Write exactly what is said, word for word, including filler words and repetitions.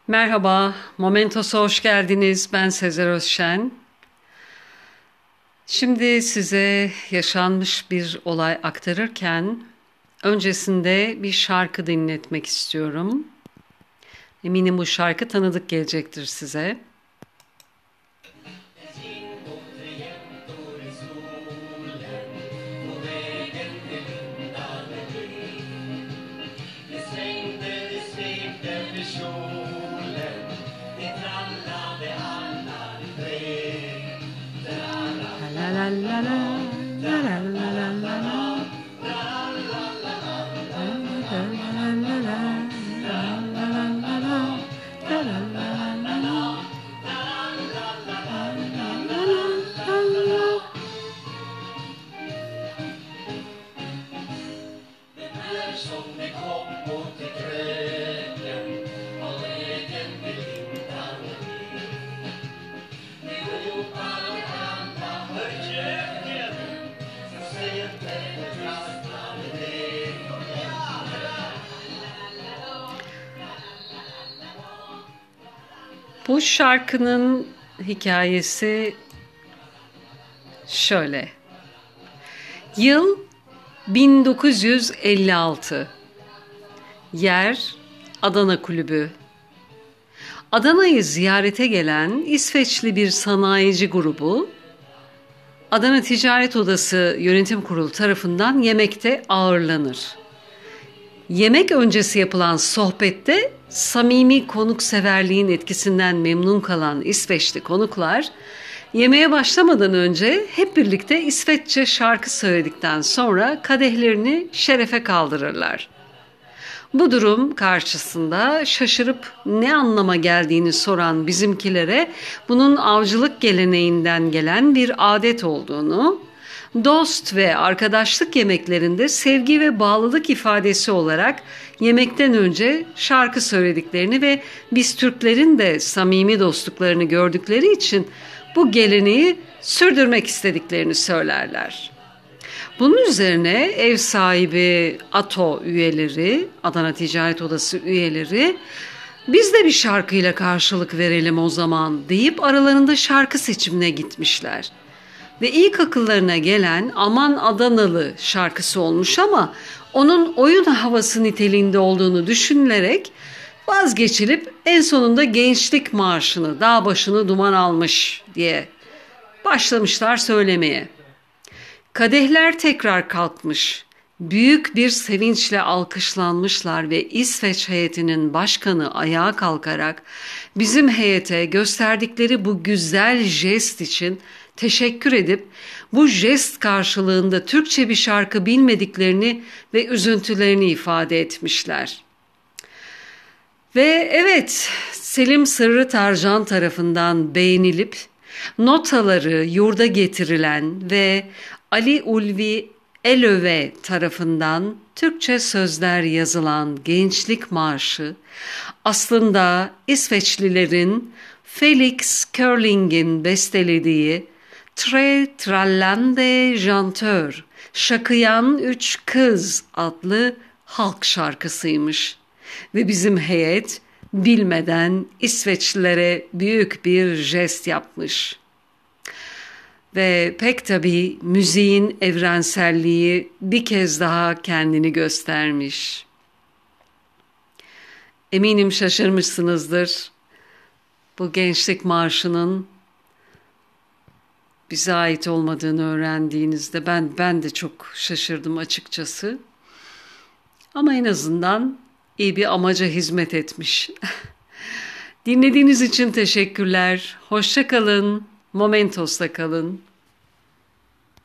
Merhaba, Momentos'a hoş geldiniz. Ben Sezer Özşen. Şimdi size yaşanmış bir olay aktarırken öncesinde bir şarkı dinletmek istiyorum. Eminim bu şarkı tanıdık gelecektir size. La la la la la la la la la la. Bu şarkının hikayesi şöyle. Yıl bin dokuz yüz elli altı. Yer Adana Kulübü. Adana'yı ziyarete gelen İsveçli bir sanayici grubu, Adana Ticaret Odası Yönetim Kurulu tarafından yemekte ağırlanır. Yemek öncesi yapılan sohbette samimi konukseverliğin etkisinden memnun kalan İsveçli konuklar, yemeğe başlamadan önce hep birlikte İsveççe şarkı söyledikten sonra kadehlerini şerefe kaldırırlar. Bu durum karşısında şaşırıp ne anlama geldiğini soran bizimkilere bunun avcılık geleneğinden gelen bir adet olduğunu, dost ve arkadaşlık yemeklerinde sevgi ve bağlılık ifadesi olarak yemekten önce şarkı söylediklerini ve biz Türklerin de samimi dostluklarını gördükleri için bu geleneği sürdürmek istediklerini söylerler. Bunun üzerine ev sahibi ATO üyeleri, Adana Ticaret Odası üyeleri, biz de bir şarkıyla karşılık verelim o zaman deyip aralarında şarkı seçimine gitmişler. Ve ilk akıllarına gelen Aman Adanalı şarkısı olmuş ama onun oyun havası niteliğinde olduğunu düşünülerek vazgeçilip en sonunda Gençlik Marşı'nı, dağ başını duman almış diye başlamışlar söylemeye. Kadehler tekrar kalkmış, büyük bir sevinçle alkışlanmışlar ve İsveç heyetinin başkanı ayağa kalkarak bizim heyete gösterdikleri bu güzel jest için teşekkür edip bu jest karşılığında Türkçe bir şarkı bilmediklerini ve üzüntülerini ifade etmişler. Ve evet, Selim Sırrı Tarcan tarafından beğenilip notaları yurda getirilen ve Ali Ulvi Elöve tarafından Türkçe sözler yazılan Gençlik Marşı aslında İsveçlilerin Felix Körling'in bestelediği Tre Trallande Jantör, Şakıyan Üç Kız adlı halk şarkısıymış. Ve bizim heyet bilmeden İsveçlilere büyük bir jest yapmış. Ve pek tabii müziğin evrenselliği bir kez daha kendini göstermiş. Eminim şaşırmışsınızdır. Bu Gençlik Marşı'nın bize ait olmadığını öğrendiğinizde ben ben de çok şaşırdım açıkçası. Ama en azından iyi bir amaca hizmet etmiş. Dinlediğiniz için teşekkürler. Hoşça kalın. Momentos'ta kalın.